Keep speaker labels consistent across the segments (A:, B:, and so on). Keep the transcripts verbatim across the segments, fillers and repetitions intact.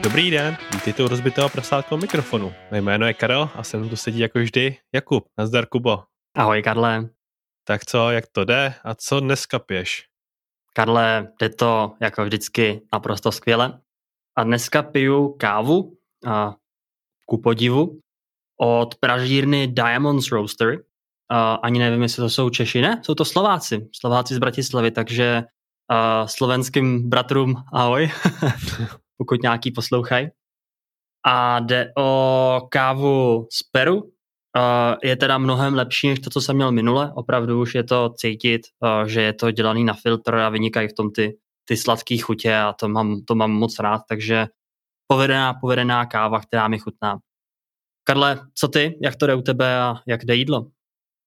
A: Dobrý den, vítejte u rozbitého prasátkového mikrofonu. Mé jméno je Karel a se mnou tu sedí jako vždy Jakub. Nazdar, Kubo.
B: Ahoj, Karle.
A: Tak co, jak to jde a co dneska piješ?
B: Karle, jde to jako vždycky naprosto skvěle. A dneska piju kávu, a ku podivu, od pražírny Diamonds Roastery. A ani nevím, jestli to jsou Češi, ne? Jsou to Slováci. Slováci z Bratislavy, takže a slovenským bratrům ahoj, pokud nějaký poslouchají. A jde o kávu z Peru. Uh, je teda mnohem lepší než to, co jsem měl minule. Opravdu už je to cítit, uh, že je to dělaný na filtr a vynikají v tom ty, ty sladké chutě a to mám, to mám moc rád, takže povedená, povedená káva, která mi chutná. Karle, co ty? Jak to jde u tebe a jak jde jídlo?
A: Uh,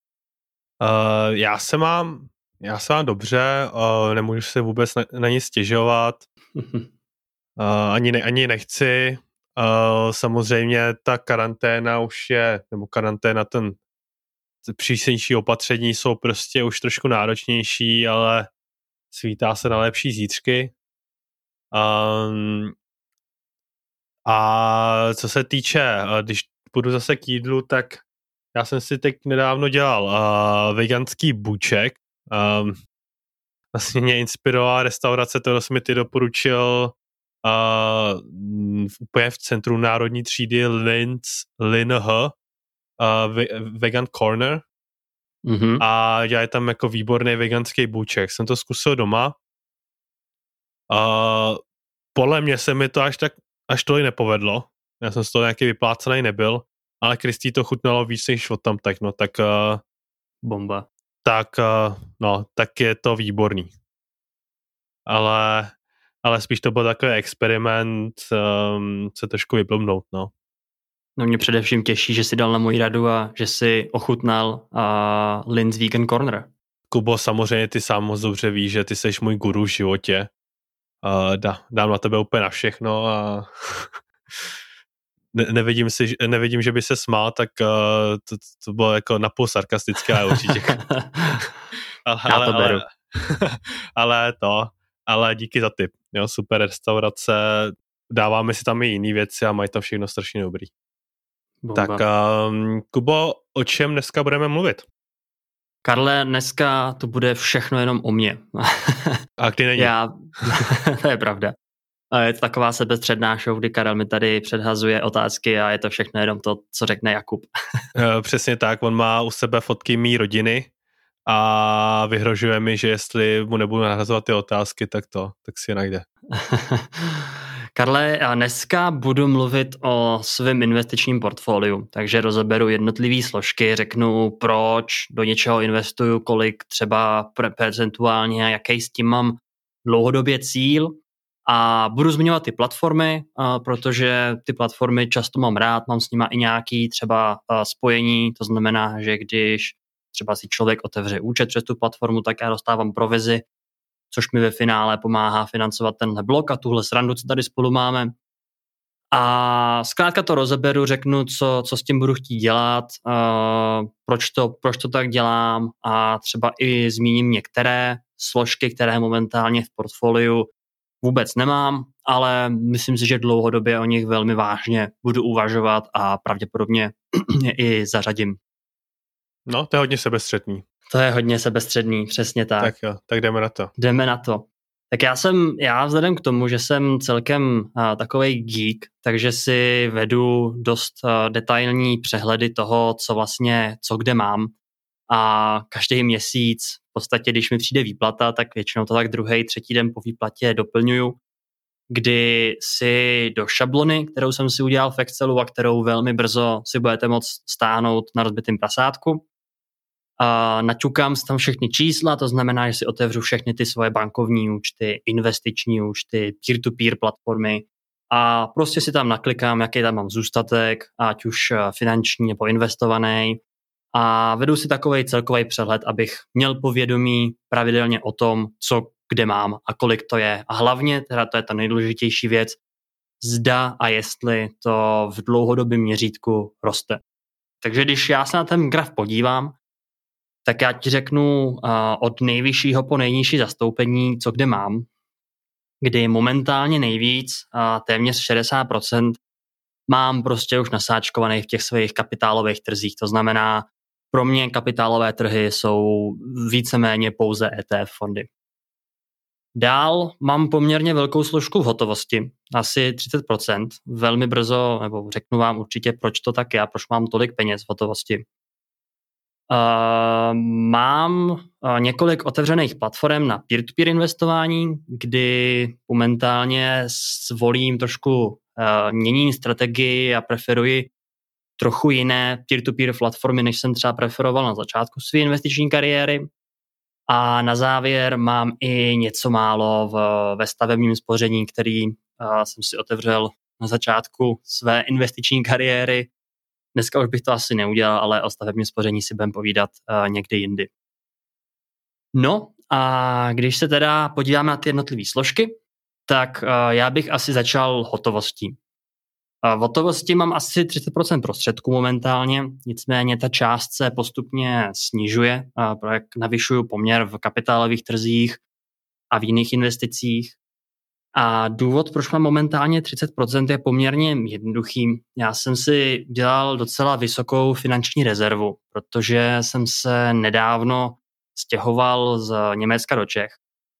A: já se mám já se mám dobře, uh, nemůžu se vůbec na, na nic stěžovat. uh, ani, ne, ani nechci. Uh, samozřejmě ta karanténa už je, nebo karanténa, ten přísnější opatření jsou prostě už trošku náročnější, ale svítá se na lepší zítřky. Um, a co se týče, když půjdu zase k jídlu, tak já jsem si teď nedávno dělal uh, veganský buček. Um, vlastně mě inspirovala restaurace, kterou jsi mi ty doporučil Uh, úplně v centru národní třídy Linz, Linh, uh, Vegan Corner.
B: Mm-hmm.
A: A dělají tam jako výborný veganský buček. Jsem to zkusil doma. Uh, podle mě se mi to až tak až tolik nepovedlo. Já jsem z toho nějaký vyplácený nebyl, ale Kristý to chutnalo víc než od tam tak, no tak uh,
B: bomba.
A: Tak, uh, no, tak je to výborný. Ale ale spíš to byl takový experiment um, se trošku vyblbnout, no.
B: No mě především těší, že jsi dal na moji radu a že jsi ochutnal uh, Linz Vegan Corner.
A: Kubo, samozřejmě ty sám moc dobře víš, že ty seš můj guru v životě. Uh, dá, dám na tebe úplně na všechno a ne, nevidím, si, nevidím, že by se smál, tak uh, to, to bylo jako napůl sarkastické, ale určitě. ale,
B: Já to beru.
A: Ale, ale to, ale díky za tip. Jo, super restaurace, dáváme si tam i jiné věci a mají to všechno strašně dobrý.
B: Bomba.
A: Tak um, Kubo, o čem dneska budeme mluvit?
B: Karle, dneska to bude všechno jenom o mně.
A: A kdy není?
B: Já, to je pravda. Je to taková sebestředná show, kdy Karel mi tady předhazuje otázky a je to všechno jenom to, co řekne Jakub.
A: Přesně tak, on má u sebe fotky mý rodiny a vyhrožuje mi, že jestli mu nebudu nahrazovat ty otázky, tak to, tak si je najde.
B: Karle, já dneska budu mluvit o svém investičním portfoliu, takže rozeberu jednotlivé složky, řeknu, proč do něčeho investuju, kolik třeba percentuálně, jaký s tím mám dlouhodobě cíl a budu zmiňovat ty platformy, protože ty platformy často mám rád, mám s nima i nějaký třeba spojení, to znamená, že když třeba si člověk otevře účet přes tu platformu, tak já dostávám provizi, což mi ve finále pomáhá financovat tenhle blok a tuhle srandu, co tady spolu máme. A zkrátka to rozeberu, řeknu, co, co s tím budu chtít dělat, uh, proč, to, proč to tak dělám a třeba i zmíním některé složky, které momentálně v portfoliu vůbec nemám, ale myslím si, že dlouhodobě o nich velmi vážně budu uvažovat a pravděpodobně je i zařadím.
A: No, to je hodně sebestředný.
B: To je hodně sebestředný, přesně tak.
A: Tak jo, tak jdeme na to.
B: Jdeme na to. Tak já jsem, já vzhledem k tomu, že jsem celkem uh, takovej geek, takže si vedu dost uh, detailní přehledy toho, co vlastně, co kde mám. A každý měsíc, v podstatě, když mi přijde výplata, tak většinou to tak druhý, třetí den po výplatě doplňuju, kdy si do šablony, kterou jsem si udělal v Excelu a kterou velmi brzo si budete moct stáhnout na rozbitým prasátku, a naťukám tam všechny čísla, to znamená, že si otevřu všechny ty svoje bankovní účty, investiční účty, peer-to-peer platformy a prostě si tam naklikám, jaký tam mám zůstatek, ať už finanční nebo investovaný a vedu si takovej celkový přehled, abych měl povědomí pravidelně o tom, co kde mám a kolik to je. A hlavně, teda to je ta nejdůležitější věc, zda a jestli to v dlouhodobém měřítku roste. Takže když já se na ten graf podívám, tak já ti řeknu uh, od nejvyššího po nejnižší zastoupení, co kde mám. kdy momentálně nejvíc, téměř šedesát procent, mám prostě už nasáčkovaných v těch svých kapitálových trzích. To znamená, pro mě kapitálové trhy jsou víceméně pouze E T F fondy. Dál mám poměrně velkou složku v hotovosti, asi třicet procent. Velmi brzo, nebo řeknu vám určitě, proč to tak je a proč mám tolik peněz v hotovosti. Uh, mám uh, několik otevřených platform na peer-to-peer investování, kdy momentálně zvolím trošku uh, měním strategii a preferuji trochu jiné peer-to-peer platformy, než jsem třeba preferoval na začátku své investiční kariéry. A na závěr mám i něco málo v, ve stavebním spoření, který uh, jsem si otevřel na začátku své investiční kariéry. Dneska už bych to asi neudělal, ale o stavebním spoření si budeme povídat uh, někdy jindy. No a když se teda podíváme na ty jednotlivé složky, tak uh, já bych asi začal hotovostí. Uh, v hotovosti mám asi třicet procent prostředků momentálně, nicméně ta část se postupně snižuje, uh, jak navyšuju poměr v kapitálových trzích a v jiných investicích. A důvod, proč mám momentálně třicet procent, je poměrně jednoduchý. Já jsem si dělal docela vysokou finanční rezervu, protože jsem se nedávno stěhoval z Německa do Čech.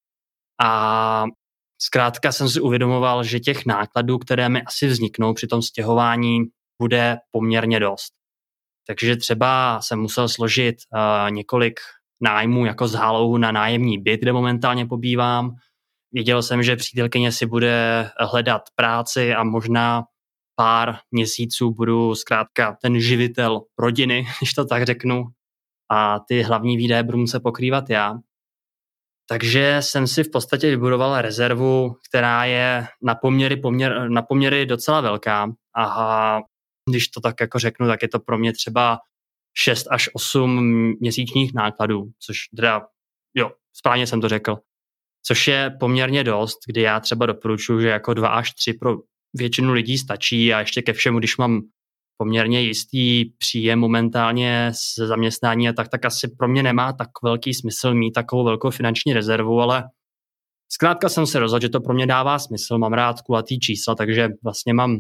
B: A zkrátka jsem si uvědomoval, že těch nákladů, které mi asi vzniknou při tom stěhování, bude poměrně dost. Takže třeba jsem musel složit uh, několik nájmů jako zálohu na nájemní byt, kde momentálně pobývám. Věděl jsem, že přítelkyně si bude hledat práci a možná pár měsíců budu zkrátka ten živitel rodiny, když to tak řeknu, a ty hlavní výdaje budu muset pokrývat já. Takže jsem si v podstatě vybudoval rezervu, která je na poměry, poměr, na poměry docela velká. A když to tak jako řeknu, tak je to pro mě třeba šest až osm měsíčních nákladů, což teda, jo, správně jsem to řekl. Což je poměrně dost, kdy já třeba doporučuji, že jako dva až tři pro většinu lidí stačí a ještě ke všemu, když mám poměrně jistý příjem momentálně z zaměstnání a tak, tak asi pro mě nemá tak velký smysl mít takovou velkou finanční rezervu, ale zkrátka jsem se rozhodl, že to pro mě dává smysl, mám rád kulatý čísla, takže vlastně mám uh,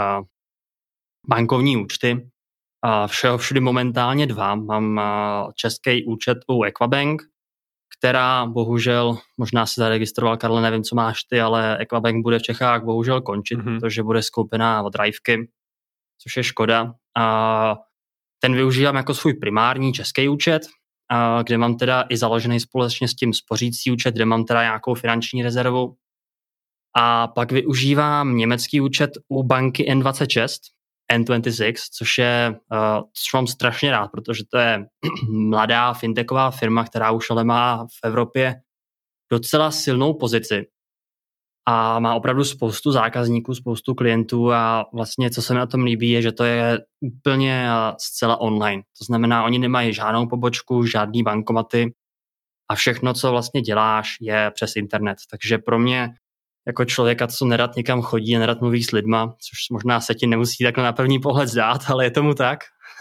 B: bankovní účty, uh, všeho všudy momentálně dva, mám uh, český účet u Equabank, která bohužel, možná si zaregistroval, Karle, nevím, co máš ty, ale Equabank bude v Čechách bohužel končit, mm-hmm. protože bude skoupená od Rivky, což je škoda. A ten využívám jako svůj primární český účet, a kde mám teda i založený společně s tím spořící účet, kde mám teda nějakou finanční rezervu. A pak využívám německý účet u banky N dvacet šest, N dvacet šest, což je, uh, což mám strašně rád, protože to je mladá fintechová firma, která už ale má v Evropě docela silnou pozici a má opravdu spoustu zákazníků, spoustu klientů a vlastně, co se mi na tom líbí, je, že to je úplně zcela online. To znamená, oni nemají žádnou pobočku, žádný bankomaty a všechno, co vlastně děláš, je přes internet. Takže pro mě jako člověka, co nerad někam chodí a nerad mluví s lidma, což možná se ti nemusí takhle na první pohled zdát, ale je tomu tak,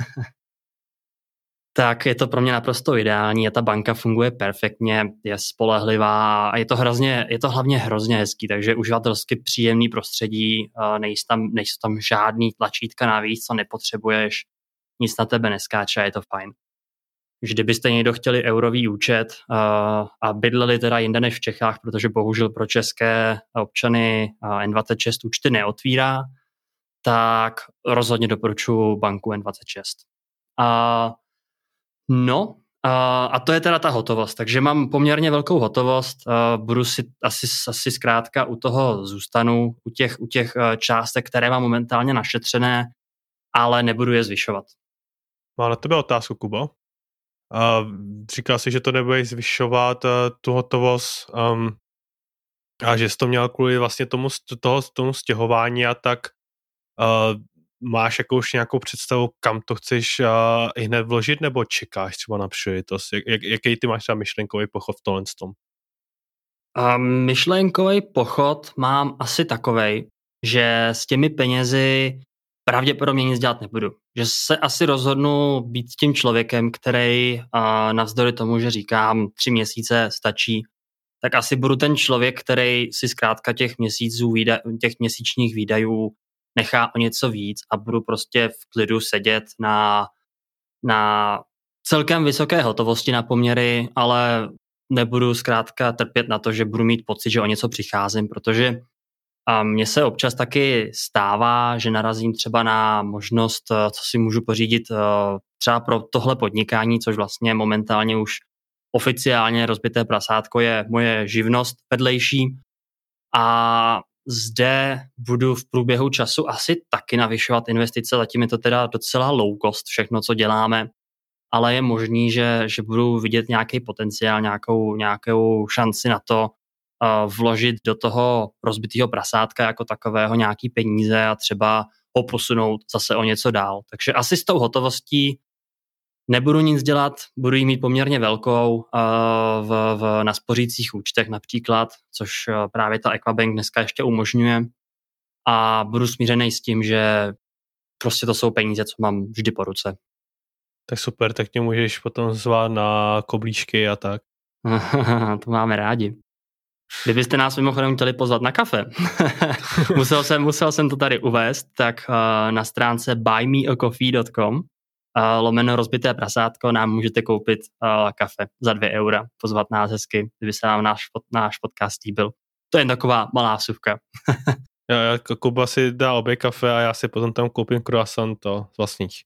B: tak je to pro mě naprosto ideální a ta banka funguje perfektně, je spolehlivá a je to, hrozně, je to hlavně hrozně hezký, takže uživatelsky příjemný prostředí, nejsou tam, nejsou tam žádný tlačítka navíc, co nepotřebuješ, nic na tebe neskáče a je to fajn. Kdybyste někdo chtěli eurový účet uh, a bydleli teda jinde než v Čechách, protože bohužel pro české občany uh, N dvacet šest účty neotvírá, tak rozhodně doporučuji banku N dvacet šest. Uh, no, uh, a to je teda ta hotovost. Takže mám poměrně velkou hotovost. Uh, budu si asi, asi zkrátka u toho zůstanu, u těch, u těch uh, částek, které mám momentálně našetřené, ale nebudu je zvyšovat.
A: Mám na tebe otázku, Kubo. Uh, říkal jsi, že to nebudeš zvyšovat uh, tu hotovost um, a že jsi to měl kvůli vlastně tomu, toho, tomu stěhování a tak uh, máš jako už nějakou představu, kam to chceš uh, i hned vložit, nebo čekáš třeba na příležitost? Jak, jak, jaký ty máš třeba myšlenkový pochod v tomhle tom?
B: Um, myšlenkový pochod mám asi takovej, že s těmi penězi pravděpodobně nic dělat nebudu. Že se asi rozhodnu být tím člověkem, který uh, navzdory tomu, že říkám, tři měsíce stačí, tak asi budu ten člověk, který si zkrátka těch měsíců, těch měsíčních výdajů nechá o něco víc a budu prostě v klidu sedět na, na celkem vysoké hotovosti na poměry, ale nebudu zkrátka trpět na to, že budu mít pocit, že o něco přicházím, protože a mně se občas taky stává, že narazím třeba na možnost, co si můžu pořídit třeba pro tohle podnikání, což vlastně momentálně už oficiálně rozbité prasátko je moje živnost vedlejší. A zde budu v průběhu času asi taky navyšovat investice, zatím je to teda docela low cost všechno, co děláme, ale je možný, že, že budu vidět nějaký potenciál, nějakou, nějakou šanci na to, vložit do toho rozbitého prasátka jako takového nějaký peníze a třeba ho posunout zase o něco dál. Takže asi s tou hotovostí nebudu nic dělat, budu jí mít poměrně velkou v, v, na spořících účtech například, což právě ta Equabank dneska ještě umožňuje a budu smířený s tím, že prostě to jsou peníze, co mám vždy po ruce.
A: Tak super, tak mě můžeš potom zvát na koblíčky a tak.
B: To máme rádi. Kdybyste nás mimochodem chtěli pozvat na kafe, musel, jsem, musel jsem to tady uvést, tak uh, na stránce buy me a coffee dot com uh, lomeno rozbité prasátko nám můžete koupit uh, kafe za dvě eura, pozvat nás hezky, kdyby se vám náš, náš podcast líbil. To je jen taková malá vsuvka.
A: já, já, Kuba si dá obě kafe a já si potom tam koupím croissant to z vlastních.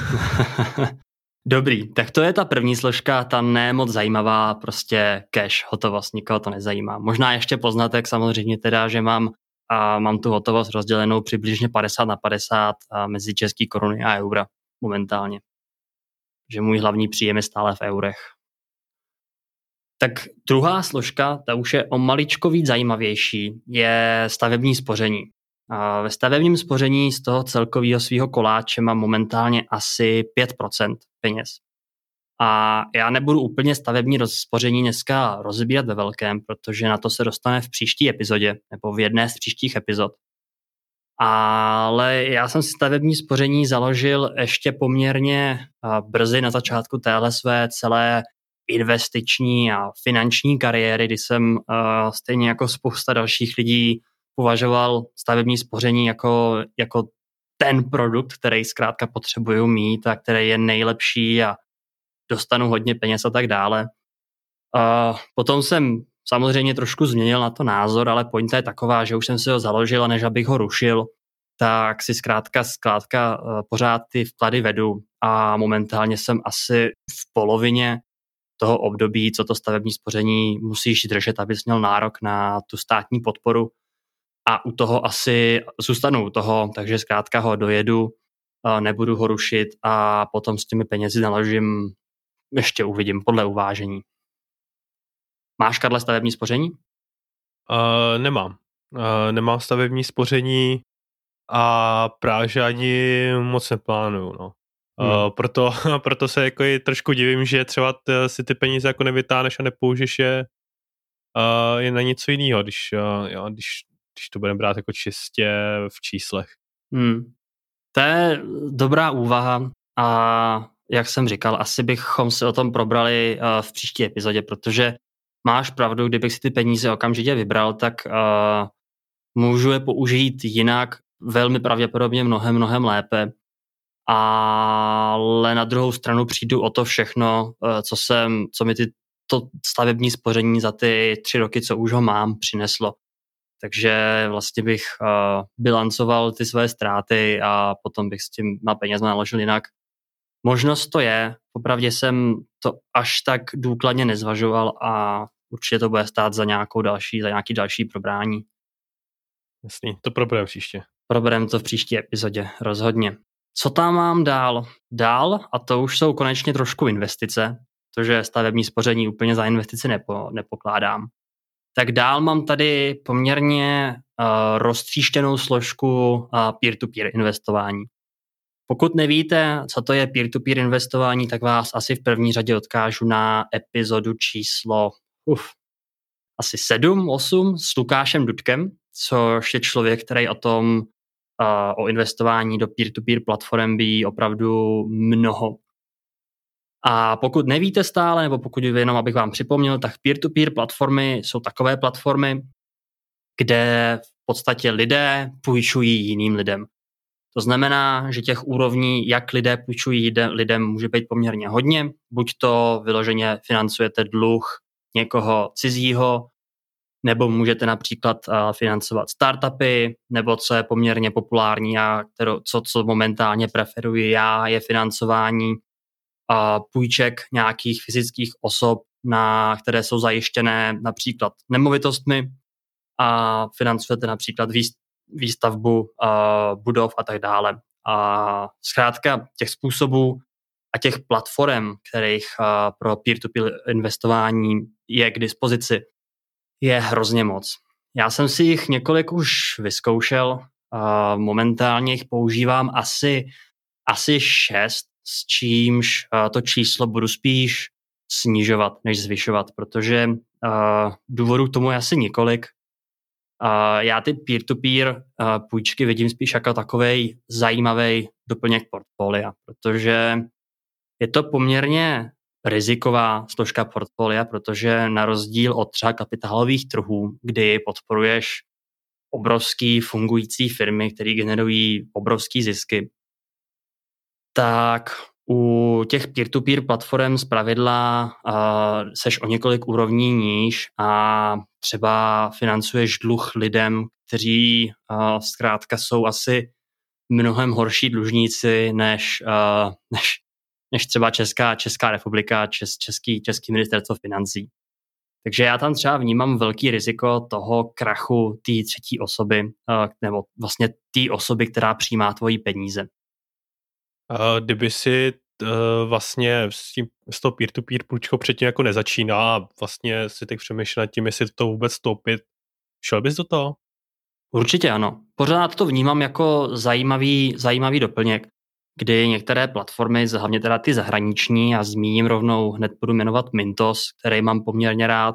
B: Dobrý, tak to je ta první složka, ta ne moc zajímavá, prostě cash, hotovost, nikoho to nezajímá. Možná ještě poznatek samozřejmě teda, že mám, a mám tu hotovost rozdělenou přibližně padesát na padesát a mezi český koruny a eura momentálně. Že můj hlavní příjem je stále v eurech. Tak druhá složka, ta už je o maličko víc zajímavější, je stavební spoření. A ve stavebním spoření z toho celkového svého koláče mám momentálně asi pět procent peněz. A já nebudu úplně stavební spoření dneska rozbírat ve velkém, protože na to se dostane v příští epizodě, nebo v jedné z příštích epizod. Ale já jsem si stavební spoření založil ještě poměrně brzy na začátku téhle své celé investiční a finanční kariéry, kdy jsem stejně jako spousta dalších lidí považoval stavební spoření jako, jako ten produkt, který zkrátka potřebuju mít a který je nejlepší a dostanu hodně peněz a tak dále. Uh, potom jsem samozřejmě trošku změnil na to názor, ale pointa je taková, že už jsem si ho založil a než abych ho rušil, tak si zkrátka, zkrátka uh, pořád ty vklady vedu a momentálně jsem asi v polovině toho období, co to stavební spoření musíš držet, abys měl nárok na tu státní podporu. A u toho asi zůstanu u toho, takže zkrátka ho dojedu, nebudu ho rušit a potom s těmi penězi naložím, ještě uvidím, podle uvážení. Máš, Karle, stavební spoření?
A: Uh, nemám. Uh, nemám stavební spoření a právě že ani moc neplánuju. No. Hmm. Uh, proto, proto se jako i trošku divím, že třeba t, si ty peníze jako nevytáhneš a nepoužiješ je, uh, je na něco jiného, když, uh, jo, když když to budeme brát jako čistě v číslech.
B: Hmm. To je dobrá úvaha a jak jsem říkal, asi bychom se o tom probrali uh, v příští epizodě, protože máš pravdu, kdybych si ty peníze okamžitě vybral, tak uh, můžu je použít jinak, velmi pravděpodobně mnohem, mnohem lépe, ale na druhou stranu přijdu o to všechno, uh, co, jsem, co mi ty, to stavební spoření za ty tři roky, co už ho mám, přineslo. Takže vlastně bych uh, bilancoval ty své ztráty a potom bych s tím na penězma naložil jinak. Možnost to je, popravdě jsem to až tak důkladně nezvažoval a určitě to bude stát za nějakou další, za nějaký další probrání.
A: Jasný, to probereme příště.
B: Probereme to v příští epizodě, rozhodně. Co tam mám dál? Dál, a to už jsou konečně trošku investice, protože stavební spoření úplně za investici nepo, nepokládám. Tak dál mám tady poměrně uh, roztříštěnou složku uh, peer-to-peer investování. Pokud nevíte, co to je peer-to-peer investování, tak vás asi v první řadě odkážu na epizodu číslo uf, asi sedm, osm s Lukášem Dudkem, což je člověk, který o tom uh, o investování do peer-to-peer platform ví opravdu mnoho. A pokud nevíte stále, nebo pokud jenom abych vám připomněl, tak peer-to-peer platformy jsou takové platformy, kde v podstatě lidé půjčují jiným lidem. To znamená, že těch úrovní, jak lidé půjčují lidem, může být poměrně hodně. Buď to vyloženě financujete dluh někoho cizího, nebo můžete například financovat startupy, nebo co je poměrně populární a kterou, co, co momentálně preferuji já, je financování půjček nějakých fyzických osob, na které jsou zajištěné například nemovitostmi a financujete například výstavbu uh, budov a tak dále. A zkrátka těch způsobů a těch platform, kterých uh, pro peer-to-peer investování je k dispozici, je hrozně moc. Já jsem si jich několik už vyzkoušel, uh, momentálně jich používám asi, asi šest, s čímž uh, to číslo budu spíš snižovat, než zvyšovat, protože uh, důvodů k tomu je asi několik. Uh, já ty peer-to-peer uh, půjčky vidím spíš jako takovej zajímavý doplněk portfolia, protože je to poměrně riziková složka portfolia, protože na rozdíl od třeba kapitálových trhů, kdy podporuješ obrovský fungující firmy, které generují obrovský zisky, tak u těch peer-to-peer platform zpravidla uh, seš o několik úrovní níž a třeba financuješ dluh lidem, kteří uh, zkrátka jsou asi mnohem horší dlužníci než, uh, než, než třeba Česká, Česká republika, čes, český, český ministerstvo financí. Takže já tam třeba vnímám velký riziko toho krachu té třetí osoby, uh, nebo vlastně té osoby, která přijímá tvoji peníze.
A: Kdyby si uh, vlastně s, tím, s tou peer-to-peer půjčkou předtím jako nezačíná a vlastně si teď přemýšlel nad tím, jestli to vůbec vstoupit, šel bys do toho?
B: Určitě ano. Pořád to vnímám jako zajímavý, zajímavý doplněk, kdy některé platformy, hlavně teda ty zahraniční, a zmíním rovnou, hned budu jmenovat Mintos, který mám poměrně rád,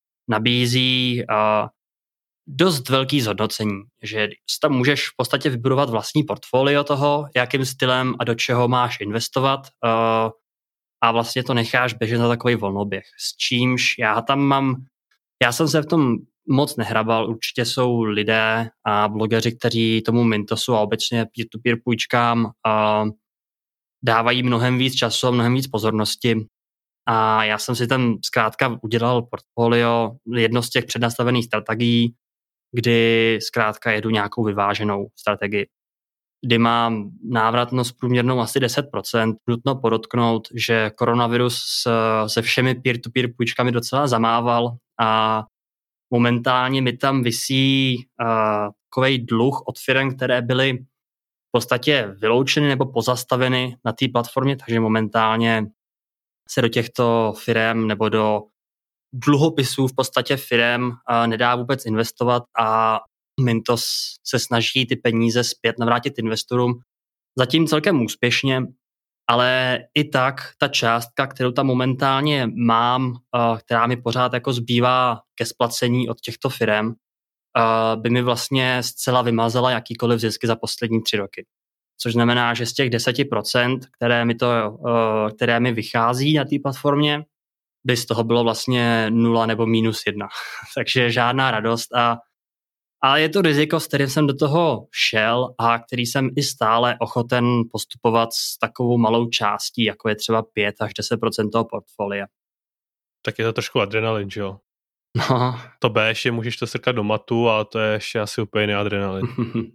B: nabízí uh, dost velký zhodnocení, že tam můžeš v podstatě vybudovat vlastní portfolio toho, jakým stylem a do čeho máš investovat uh, a vlastně to necháš běžet na takový volnoběh. S čímž já tam mám, já jsem se v tom moc nehrabal, určitě jsou lidé a blogeři, kteří tomu Mintosu a obecně peer-to-peer půjčkám uh, dávají mnohem víc času, mnohem víc pozornosti. A já jsem si tam zkrátka udělal portfolio, jedno z těch přednastavených strategií, kdy zkrátka jedu nějakou vyváženou strategii, kdy mám návratnost průměrnou asi deset procent. Nutno podotknout, že koronavirus se všemi peer-to-peer půjčkami docela zamával a momentálně mi tam visí uh, takovej dluh od firem, které byly v podstatě vyloučeny nebo pozastaveny na té platformě, takže momentálně se do těchto firem nebo do dluhopisů v podstatě firem uh, nedá vůbec investovat a Mintos se snaží ty peníze zpět navrátit investorům. Zatím celkem úspěšně, ale i tak ta částka, kterou tam momentálně mám, uh, která mi pořád jako zbývá ke splacení od těchto firem, uh, by mi vlastně zcela vymazala jakýkoliv zisky za poslední tři roky. Což znamená, že z těch deset procent, které mi, to, uh, které mi vychází na té platformě, by z toho bylo vlastně nula nebo minus jedna. Takže žádná radost. A, a je to riziko, s kterým jsem do toho šel a který jsem i stále ochoten postupovat s takovou malou částí, jako je třeba pět až deset procent toho portfolia.
A: Tak je to trošku adrenalin, že jo?
B: No.
A: To B ještě můžeš to srkat do matu a to je ještě asi úplně jiný adrenalin.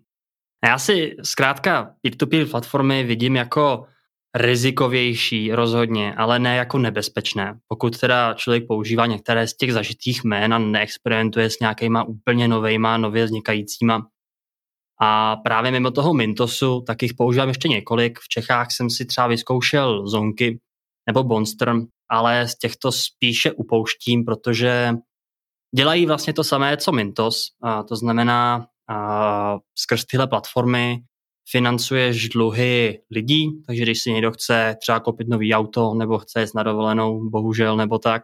B: Já si zkrátka peer-to-peer platformy vidím jako rizikovější rozhodně, ale ne jako nebezpečné. Pokud teda člověk používá některé z těch zažitých jmén a neexperimentuje s nějakýma úplně novejma, nově vznikajícíma. A právě mimo toho Mintosu, tak jich používám ještě několik. V Čechách jsem si třeba vyzkoušel Zonky nebo Bonster, ale z těchto spíše upouštím, protože dělají vlastně to samé, co Mintos. A to znamená, a skrz tyhle platformy financuješ dluhy lidí, takže když si někdo chce třeba koupit nový auto, nebo chce jít na dovolenou, bohužel, nebo tak,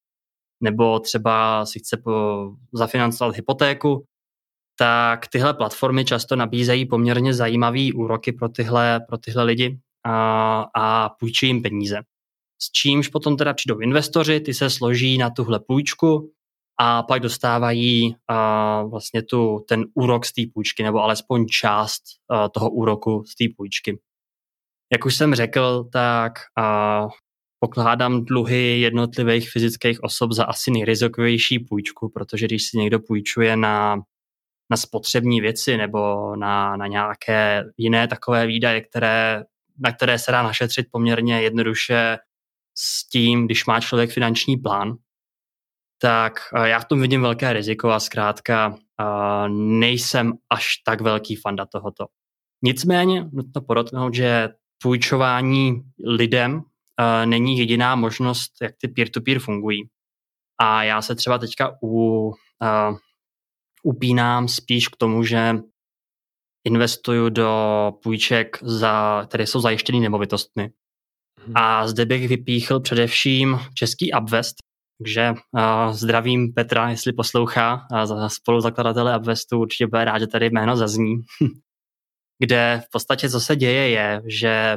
B: nebo třeba si chce po, zafinancovat hypotéku, tak tyhle platformy často nabízejí poměrně zajímavý úroky pro tyhle, pro tyhle lidi a, a půjčí jim peníze. s čímž potom teda přijdou investoři, ty se složí na tuhle půjčku a pak dostávají uh, vlastně tu, ten úrok z té půjčky, nebo alespoň část uh, toho úroku z té půjčky. Jak už jsem řekl, tak uh, pokládám dluhy jednotlivých fyzických osob za asi nejrizikovější půjčku, protože když si někdo půjčuje na, na spotřební věci nebo na, na nějaké jiné takové výdaje, které, na které se dá našetřit poměrně jednoduše s tím, když má člověk finanční plán, tak já v tom vidím velké riziko a zkrátka nejsem až tak velký fanda tohoto. Nicméně nutno podotknout, že půjčování lidem není jediná možnost, jak ty peer-to-peer fungují. A já se třeba teďka u, uh, upínám spíš k tomu, že investuju do půjček, za, které jsou zajištěny nemovitostmi. Hmm. A zde bych vypíchl především český Upvest, takže uh, zdravím Petra, jestli poslouchá, a za spoluzakladatele Upvestu určitě bude rád, že tady jméno zazní. Kde v podstatě co se děje je, že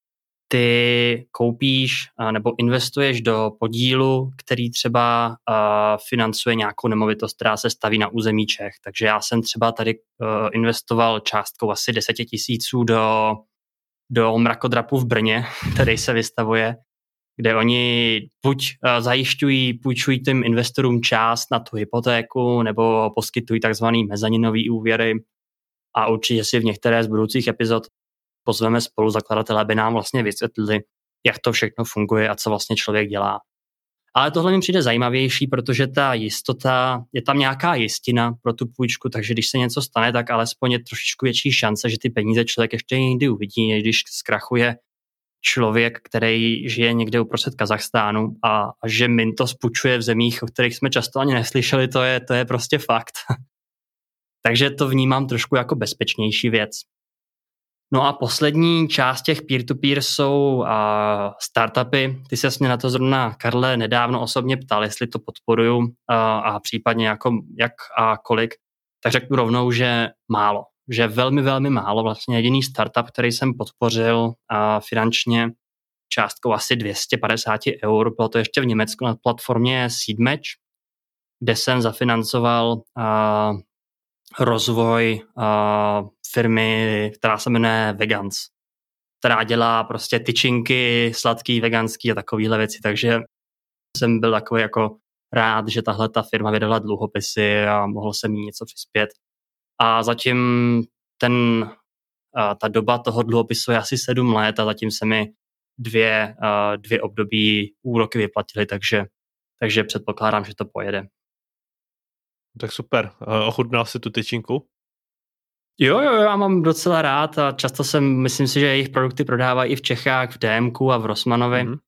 B: ty koupíš uh, nebo investuješ do podílu, který třeba uh, financuje nějakou nemovitost, která se staví na území Čech. Takže já jsem třeba tady uh, investoval částkou asi deset tisíců do, do mrakodrapu v Brně, který se vystavuje, kde oni buď uh, zajišťují, půjčují těm investorům část na tu hypotéku nebo poskytují takzvaný mezaninový úvěry a určitě si v některé z budoucích epizod pozveme spoluzakladatele, aby nám vlastně vysvětlili, jak to všechno funguje a co vlastně člověk dělá. Ale tohle mi přijde zajímavější, protože ta jistota, je tam nějaká jistina pro tu půjčku, takže když se něco stane, tak alespoň je trošičku větší šance, že ty peníze člověk ještě někdy uvidí, než když zkrachuje člověk, který žije někde uprostřed Kazachstánu a, a že Mintos půjčuje v zemích, o kterých jsme často ani neslyšeli, to je, to je prostě fakt. Takže to vnímám trošku jako bezpečnější věc. No a poslední část těch peer-to-peer jsou uh, startupy. Ty ses mě na to zrovna, Karle, nedávno osobně ptal, jestli to podporuju uh, a případně jako, jak a kolik. Tak řeknu rovnou, že málo. Že velmi, velmi málo. Vlastně jediný startup, který jsem podpořil uh, finančně částkou asi dvě stě padesát eur, bylo to ještě v Německu na platformě Seedmatch, kde jsem zafinancoval uh, rozvoj uh, firmy, která se jmenuje Vegans, která dělá prostě tyčinky, sladký, veganský a takovéhle věci, takže jsem byl takový jako rád, že tahle ta firma vydala dluhopisy a mohl jsem jí něco přispět. A zatím ten, uh, ta doba toho dluhopisu je asi sedm let a zatím se mi dvě, uh, dvě období úroky vyplatily, takže, takže předpokládám, že to pojede.
A: Tak super. Ochutnal jsi tu tyčinku?
B: Jo, jo, já mám docela rád a často jsem, myslím si, že jejich produkty prodávají i v Čechách, v DMku a v Rossmanovi. Mm-hmm.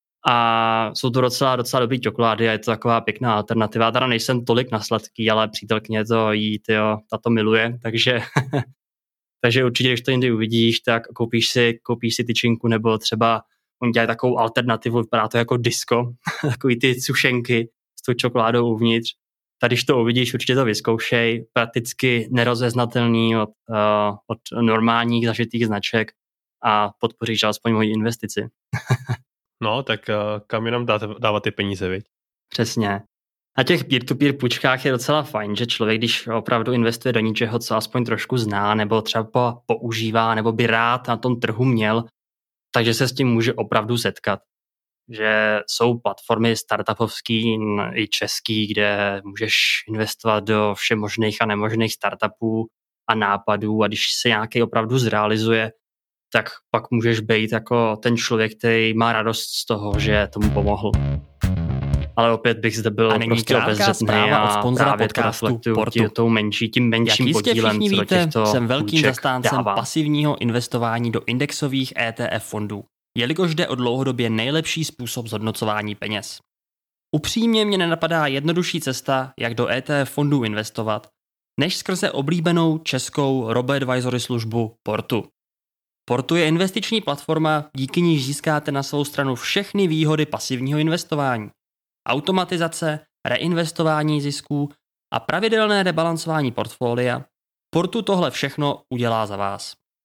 B: A jsou to docela, docela dobrý čokolády a je to taková pěkná alternativa. Já teda nejsem tolik na sladký, ale přítelkyně to jí, tyjo, ta to miluje, takže, takže určitě, když to někdy uvidíš, tak koupíš si, koupíš si tyčinku nebo třeba oni dělají takovou alternativu, vypadá to jako disco, takový ty sušenky s tou čokoládou uvnitř. Tady, když to uvidíš, určitě to vyzkoušej. Prakticky nerozeznatelný od, uh, od normálních zažitých značek a podpoříš alespoň moji investici.
A: No, tak uh, kam jenom dávat ty peníze, viď?
B: Přesně. Na těch peer-to-peer půjčkách je docela fajn, že člověk, když opravdu investuje do něčeho, co aspoň trošku zná, nebo třeba používá, nebo by rád na tom trhu měl, takže se s tím může opravdu setkat. Že jsou platformy startupovský i český, kde můžeš investovat do všemožných a nemožných startupů a nápadů a když se nějaký opravdu zrealizuje, tak pak můžeš být jako ten člověk, který má radost z toho, že tomu pomohl. Ale opět bych zde byl prostě obezřetný a právě to reflektuju tou menší, tím menším
C: Jak
B: podílem, co do těchto
C: jsem velkým zastáncem
B: dávám.
C: pasivního investování do indexových E T F fondů, jelikož jde o dlouhodobě nejlepší způsob zhodnocování peněz. Upřímně mě nenapadá jednodušší cesta, jak do E T F fondů investovat, než skrze oblíbenou českou robo-advisory službu Portu. Portu je investiční platforma, díky níž získáte na svou stranu všechny výhody pasivního investování. Automatizace, reinvestování zisků a pravidelné rebalancování portfolia. Portu tohle všechno udělá za vás.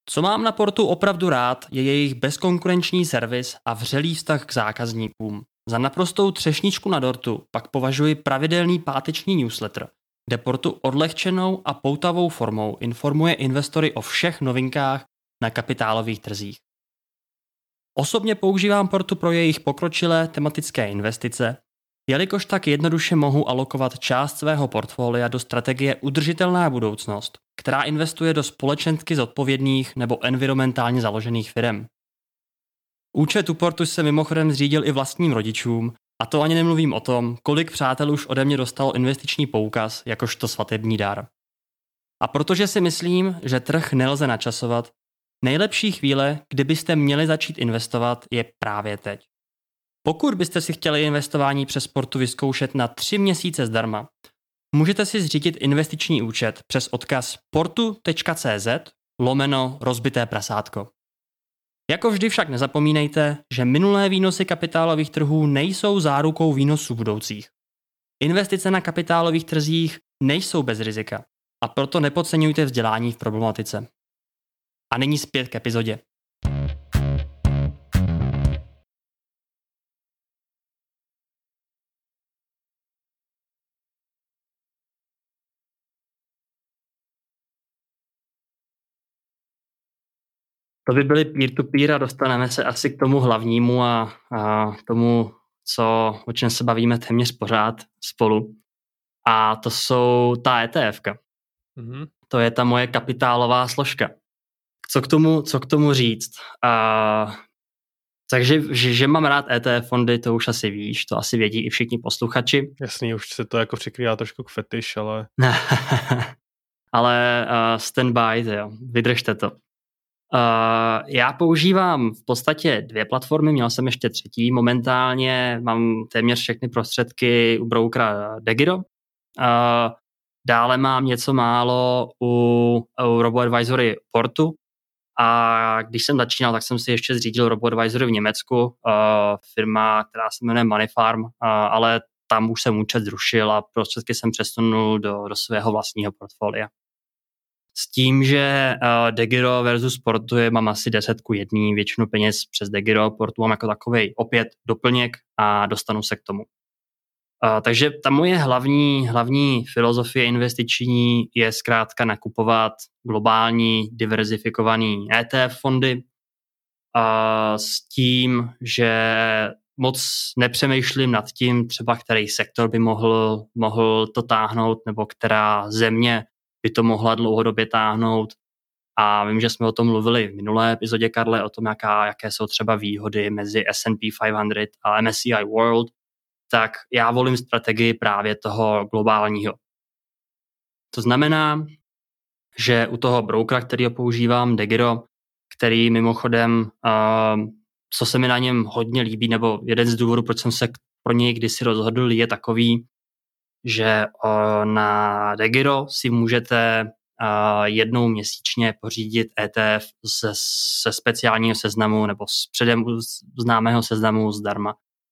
C: Co mám na Portu opravdu rád, je jejich bezkonkurenční servis a vřelý vztah k zákazníkům. Za naprostou třešničku na dortu pak považuji pravidelný páteční newsletter, kde Portu odlehčenou a poutavou formou informuje investory o všech novinkách na kapitálových trzích. Osobně používám Portu pro jejich pokročilé tematické investice, jelikož tak jednoduše mohu alokovat část svého portfolia do strategie Udržitelná budoucnost, která investuje do společensky zodpovědných nebo environmentálně založených firem. Účet u Portu se mimochodem zřídil i vlastním rodičům, a to ani nemluvím o tom, kolik přátel už ode mě dostalo investiční poukaz jakožto svatební dar. A protože si myslím, že trh nelze načasovat, nejlepší chvíle, kdybyste měli začít investovat, je právě teď. Pokud byste si chtěli investování přes Portu vyzkoušet na tři měsíce zdarma, můžete si zřídit investiční účet přes odkaz portu.cz lomeno rozbité prasátko. Jako vždy však nezapomínejte, že minulé výnosy kapitálových trhů nejsou zárukou výnosů budoucích. Investice na kapitálových trzích nejsou bez rizika a proto nepodceňujte vzdělání v problematice. A nyní zpět k epizodě. To by byly peer-to-peer a dostaneme se asi k tomu hlavnímu a, a tomu, co, o čem se bavíme téměř pořád spolu. A to jsou ta ETFka. Mm-hmm. To je ta moje kapitálová složka. Co k tomu, co k tomu říct? A, takže, že, že mám rád E T F fondy, to už asi víš, to asi vědí i všichni posluchači.
A: Jasný, už se to jako přikrývá trošku k fetiš, ale...
C: ale uh, stand by, jo, vydržte to. Uh, já používám v podstatě dvě platformy, měl jsem ještě třetí. Momentálně mám téměř všechny prostředky u brokera Degiro. Uh, dále mám něco málo u, u RoboAdvisory Portu. A když jsem začínal, tak jsem si ještě zřídil RoboAdvisory v Německu, uh, firma, která se jmenuje Moneyfarm, uh, ale tam už jsem účet zrušil a prostředky jsem přesunul do, do svého vlastního portfolia. S tím, že uh, Degiro versus Portu je, mám asi deset ku jedné, většinu peněz přes Degiro, Portu mám jako takovej opět doplněk a dostanu se k tomu. Uh, takže ta moje hlavní, hlavní filozofie investiční je zkrátka nakupovat globální diverzifikovaný E T F fondy uh, s tím, že moc nepřemýšlím nad tím, třeba který sektor by mohl, mohl to táhnout nebo která země by to mohla dlouhodobě táhnout. A vím, že jsme o tom mluvili v minulé epizodě, Karle, o tom, jaká, jaké jsou třeba výhody mezi S and P pět set a M S C I World, tak já volím strategii právě toho globálního. To znamená, že u toho brokera, kterýho používám, Degiro, který mimochodem, uh, co se mi na něm hodně líbí, nebo jeden z důvodů, proč jsem se pro něj kdysi rozhodl, je takový, že uh, na Degiro si můžete uh, jednou měsíčně pořídit E T F ze, ze speciálního seznamu nebo z předem známého seznamu zdarma.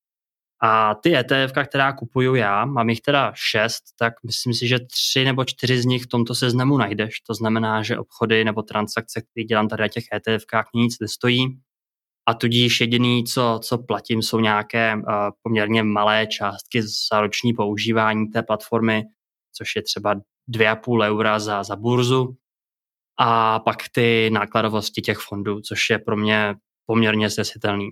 C: A ty E T F, která kupuju já, mám jich teda šest, tak myslím si, že tři nebo čtyři z nich v tomto seznamu najdeš. To znamená, že obchody nebo transakce, které dělám tady na těch E T F kách, nic nestojí. A tudíž jediný, co, co platím, jsou nějaké uh, poměrně malé částky za roční používání té platformy, což je třeba dvě a půl eura za, za burzu. A pak ty nákladovosti těch fondů, což je pro mě poměrně snesitelný.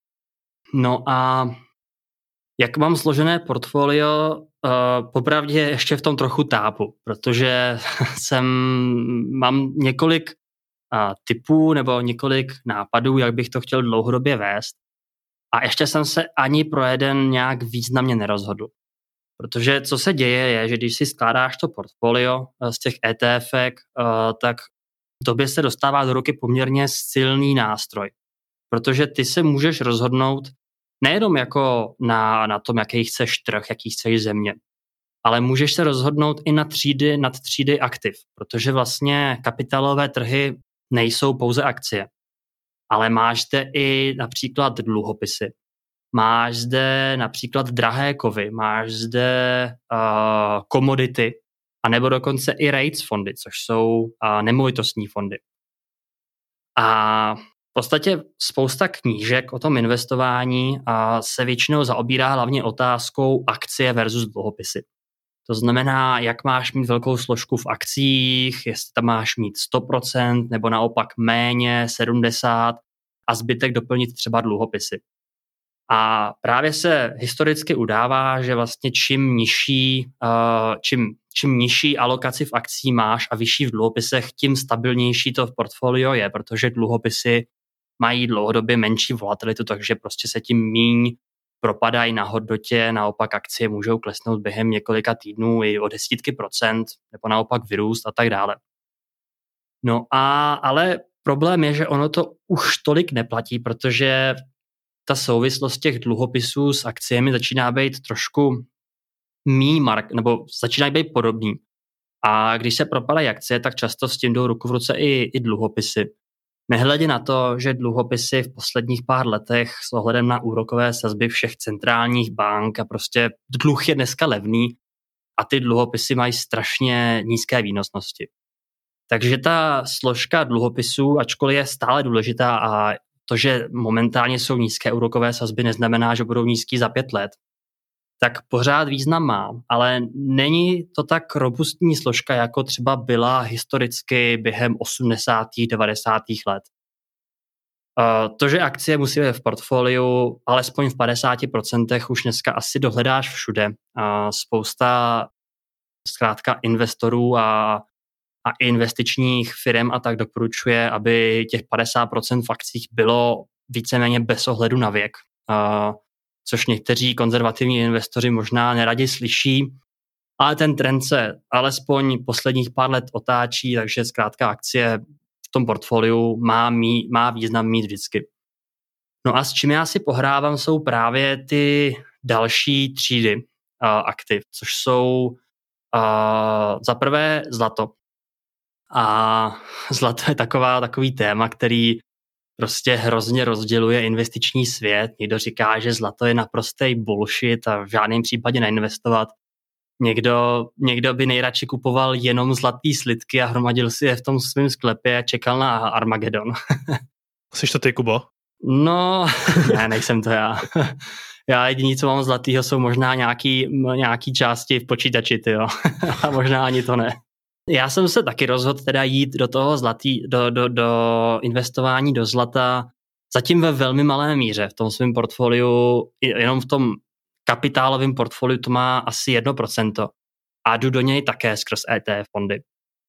C: No a jak mám složené portfolio, uh, popravdě ještě v tom trochu tápu, protože jsem, mám několik uh, typů nebo několik nápadů, jak bych to chtěl dlouhodobě vést. A ještě jsem se ani pro jeden nějak významně nerozhodl. Protože co se děje je, že když si skládáš to portfolio uh, z těch ETFek, uh, tak v době se dostává do ruky poměrně silný nástroj. Protože ty se můžeš rozhodnout nejenom jako na, na tom, jaký chceš trh, jaký chceš země, ale můžeš se rozhodnout i na třídy, nad třídy aktiv, protože vlastně kapitálové trhy nejsou pouze akcie, ale máš zde i například dluhopisy, máš zde například drahé kovy, máš zde uh, komodity, anebo dokonce i REITs fondy, což jsou uh, nemovitostní fondy.
B: A v podstatě spousta knížek o tom investování a se většinou zaobírá hlavně otázkou akcie versus dluhopisy. To znamená, jak máš mít velkou složku v akcích, jestli tam máš mít sto procent nebo naopak méně, sedmdesát procent a zbytek doplnit třeba dluhopisy. A právě se historicky udává, že vlastně čím nižší, uh, čím, čím nižší alokaci v akcí máš a vyšší v dluhopisech, tím stabilnější to v portfolio je, protože dluhopisy mají dlouhodobě menší volatilitu, takže prostě se tím míň propadají na hodnotě, naopak akcie můžou klesnout během několika týdnů i o desítky procent, nebo naopak vyrůst a tak dále. No a ale problém je, že ono to už tolik neplatí, protože ta souvislost těch dluhopisů s akciemi začíná být trošku mý mark, nebo začínají být podobný. A když se propadají akcie, tak často s tím jdou ruku v ruce i, i dluhopisy. Nehledě na to, že dluhopisy v posledních pár letech s ohledem na úrokové sazby všech centrálních bank a prostě dluh je dneska levný a ty dluhopisy mají strašně nízké výnosnosti. Takže ta složka dluhopisů, ačkoliv je stále důležitá a to, že momentálně jsou nízké úrokové sazby, neznamená, že budou nízký za pět let, tak pořád význam má, ale není to tak robustní složka, jako třeba byla historicky během osmdesátých devadesátých let. To, že akcie musí být v portfoliu, alespoň v padesáti procentech už dneska asi dohledáš všude. Spousta zkrátka investorů a, a investičních firm a tak doporučuje, aby těch padesát procent v akcích bylo víceméně bez ohledu na věk. Což někteří konzervativní investoři možná neradi slyší, ale ten trend se alespoň posledních pár let otáčí, takže zkrátka akcie v tom portfoliu má, mý, má význam mít vždycky. No a s čím já si pohrávám, jsou právě ty další třídy uh, aktiv, což jsou uh, za prvé zlato. A zlato je taková, takový téma, který prostě hrozně rozděluje investiční svět. Někdo říká, že zlato je naprostý bullshit a v žádném případě neinvestovat. Někdo, někdo by nejradši kupoval jenom zlatý slitky a hromadil si je v tom svém sklepě a čekal na Armagedon.
A: Jsi to ty, Kubo?
B: No, ne, nejsem to já. Já jediný, co mám zlatýho, jsou možná nějaký, nějaký části v počítači, tyjo. A možná ani to ne. Já jsem se taky rozhodl teda jít do toho zlatý, do, do, do investování do zlata zatím ve velmi malé míře. V tom svém portfoliu, jenom v tom kapitálovém portfoliu to má asi jedno procento. A jdu do něj také skrz E T F fondy.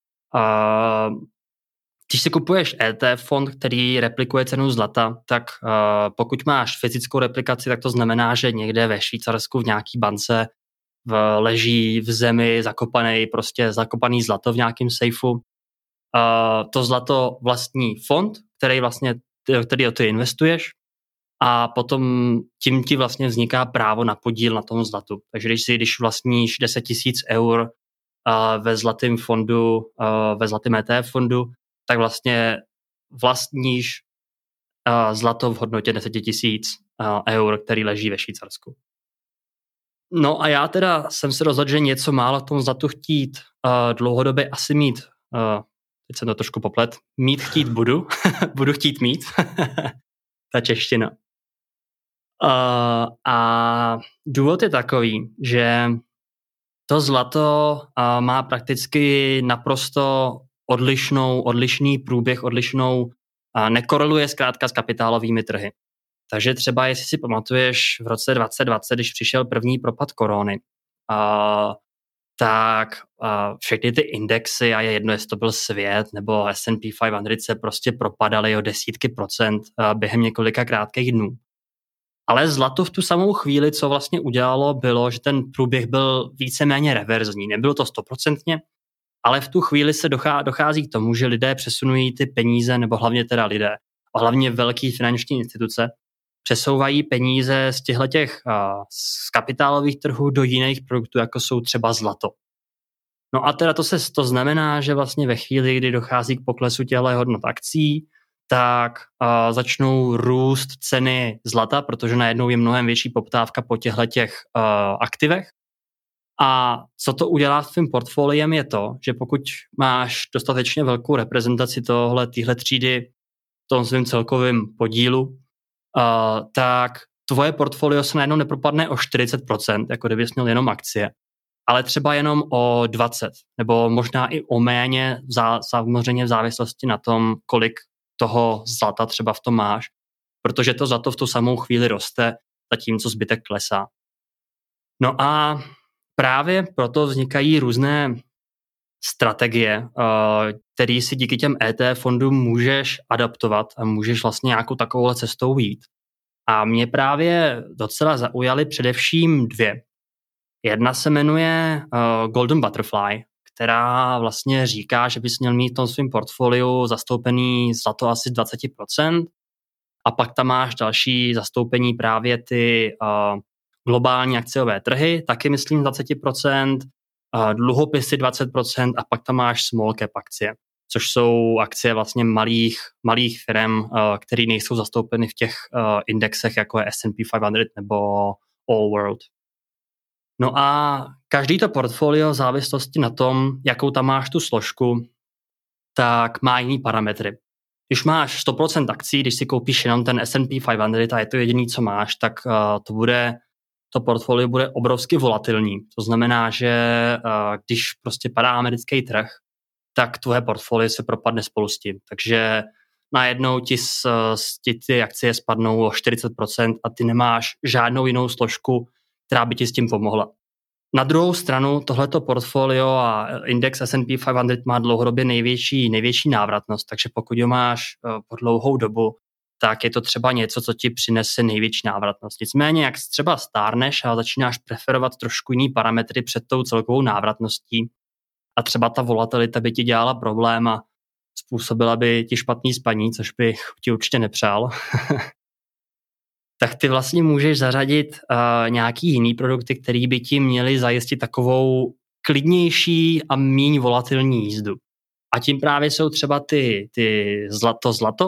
B: Uh, když si kupuješ E T F fond, který replikuje cenu zlata, tak uh, pokud máš fyzickou replikaci, tak to znamená, že někde ve Švýcarsku v nějaký bance v, leží v zemi zakopaný, prostě zakopaný zlato v nějakém sejfu. Uh, to zlato vlastní fond, který vlastně, který ty investuješ a potom tím ti vlastně vzniká právo na podíl na tom zlatu. Takže když si, když vlastníš deset tisíc eur uh, ve zlatém fondu, uh, ve zlatém E T F fondu, tak vlastně vlastníš uh, zlato v hodnotě deset tisíc uh, eur, který leží ve Švýcarsku. No a já teda jsem se rozhodl, že něco málo v tom zlatu chtít uh, dlouhodobě asi mít, uh, teď jsem to trošku poplet, mít chtít budu, budu chtít mít, ta čeština. Uh, a důvod je takový, že to zlato uh, má prakticky naprosto odlišnou, odlišný průběh, odlišnou, uh, nekoreluje zkrátka s kapitálovými trhy. Takže třeba, jestli si pamatuješ, v roce dvacet dvacet, když přišel první propad korony, uh, tak uh, všechny ty indexy, a je jedno, jestli to byl svět nebo S and P pět set, se prostě propadaly o desítky procent uh, během několika krátkých dnů. Ale zlato v tu samou chvíli, co vlastně udělalo, bylo, že ten průběh byl víceméně reverzní. Nebylo to stoprocentně, ale v tu chvíli se dochází k tomu, že lidé přesunují ty peníze, nebo hlavně teda lidé, a hlavně velké finanční instituce, přesouvají peníze z těchhletěch z kapitálových trhů do jiných produktů, jako jsou třeba zlato. No a teda to, se, to znamená, že vlastně ve chvíli, kdy dochází k poklesu těchto hodnot akcí, tak uh, začnou růst ceny zlata, protože najednou je mnohem větší poptávka po těchhletěch uh, aktivech. A co to udělá s tvým portfoliem je to, že pokud máš dostatečně velkou reprezentaci tohle, téhle třídy tom svém celkovém podílu, uh, tak tvoje portfolio se najednou nepropadne o čtyřicet procent, jako kdybys měl jenom akcie, ale třeba jenom o dvacet, nebo možná i o méně, zá, samozřejmě v závislosti na tom, kolik toho zlata třeba v tom máš, protože to zlato v tu samou chvíli roste, zatímco zbytek klesá. No a právě proto vznikají různé strategie, které si díky těm E T F fondům můžeš adaptovat a můžeš vlastně nějakou takovou cestou jít. A mě právě docela zaujaly především dvě. Jedna se jmenuje uh, Golden Butterfly, která vlastně říká, že bys měl mít v tom svém portfoliu zastoupený zlato asi dvacet procent a pak tam máš další zastoupení právě ty uh, globální akciové trhy, taky myslím dvacet procent, uh, dluhopisy dvacet procent a pak tam máš small cap akcie, což jsou akcie vlastně malých, malých firm, uh, které nejsou zastoupeny v těch uh, indexech, jako je S and P pět set nebo All World. No a každý to portfolio v závislosti na tom, jakou tam máš tu složku, tak má jiný parametry. Když máš sto procent akcí, když si koupíš jenom ten S and P pět set a je to jediný, co máš, tak uh, to bude, to portfolio bude obrovsky volatilní. To znamená, že uh, když prostě padá americký trh, tak tvoje portfolio se propadne spolu s tím. Takže najednou ti, s, ti ty akcie spadnou o čtyřicet procent a ty nemáš žádnou jinou složku, která by ti s tím pomohla. Na druhou stranu tohleto portfolio a index S and P pět set má dlouhodobě největší, největší návratnost, takže pokud ho máš po dlouhou dobu, tak je to třeba něco, co ti přinese největší návratnost. Nicméně, jak třeba stárneš a začínáš preferovat trošku jiný parametry před tou celkovou návratností a třeba ta volatilita by ti dělala problém a způsobila by ti špatný spaní, což bych ti určitě nepřál, tak ty vlastně můžeš zařadit uh, nějaký jiný produkty, který by ti měli zajistit takovou klidnější a míň volatilní jízdu. A tím právě jsou třeba ty, ty zlato zlato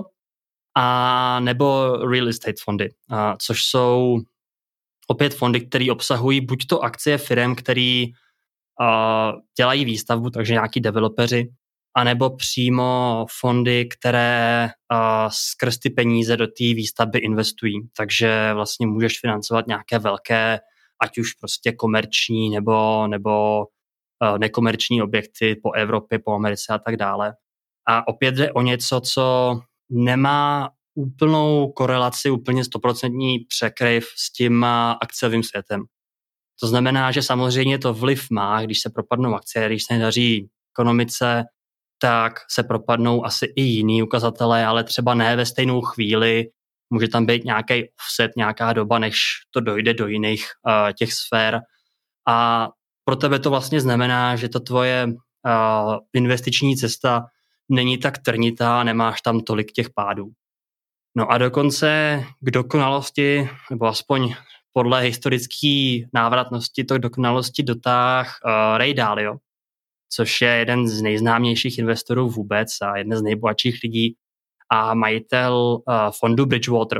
B: a nebo real estate fondy, uh, což jsou opět fondy, které obsahují buď to akcie firem, který uh, dělají výstavbu, takže nějaký developeři, anebo přímo fondy, které uh, skrz ty peníze do té výstavby investují. Takže vlastně můžeš financovat nějaké velké, ať už prostě komerční nebo, nebo uh, nekomerční objekty po Evropě, po Americe a tak dále. A opět jde o něco, co nemá úplnou korelaci, úplně stoprocentní překryv s tím akciovým světem. To znamená, že samozřejmě to vliv má, když se propadnou akcie, když se nedaří ekonomice, tak se propadnou asi i jiný ukazatele, ale třeba ne ve stejnou chvíli. Může tam být nějaký offset, nějaká doba, než to dojde do jiných uh, těch sfér. A pro tebe to vlastně znamená, že to tvoje uh, investiční cesta není tak trnitá, nemáš tam tolik těch pádů. No a dokonce k dokonalosti, nebo aspoň podle historické návratnosti, to k dokonalosti dotáh uh, Ray Dalio, což je jeden z nejznámějších investorů vůbec a jeden z nejbohatších lidí a majitel uh, fondu Bridgewater.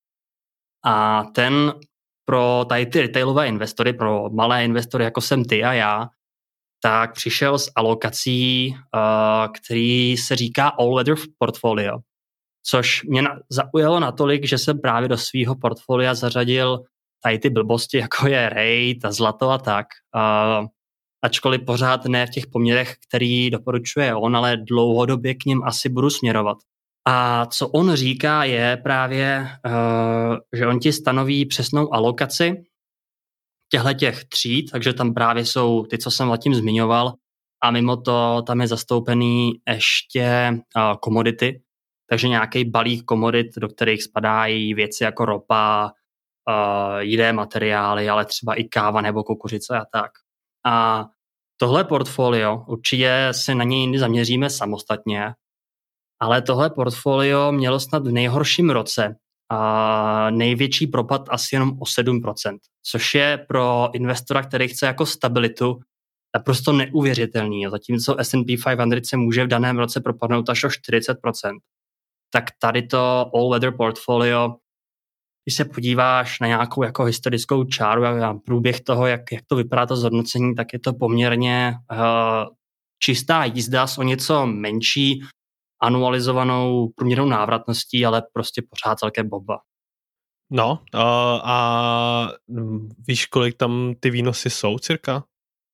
B: A ten pro tady ty retailové investory, pro malé investory, jako jsem ty a já, tak přišel s alokací, uh, který se říká All Weather Portfolio, což mě na, zaujalo natolik, že jsem právě do svého portfolia zařadil tady ty blbosti, jako je rate a zlato a tak. Uh, ačkoliv pořád ne v těch poměrech, který doporučuje on, ale dlouhodobě k nim asi budu směrovat. A co on říká je právě, uh, že on ti stanoví přesnou alokaci těchto tříd, takže tam právě jsou ty, co jsem zatím zmiňoval, a mimo to tam je zastoupený ještě uh, komodity, takže nějaký balík komodit, do kterých spadají věci jako ropa, uh, jiné materiály, ale třeba i káva nebo kukuřice a tak. A tohle portfolio, určitě se na něj jindy zaměříme samostatně, ale tohle portfolio mělo snad v nejhorším roce a největší propad asi jenom o sedm procent, což je pro investora, který chce jako stabilitu, naprosto neuvěřitelný. Zatímco S and P pět set se může v daném roce propadnout až o čtyřicet procent. Tak tady to all-weather portfolio, když se podíváš na nějakou jako historickou čáru a průběh toho, jak, jak to vypadá to zhodnocení, tak je to poměrně uh, čistá jízda s o něco menší anualizovanou průměrnou návratností, ale prostě pořád celkem bomba.
A: No a, a víš, kolik tam ty výnosy jsou cirka?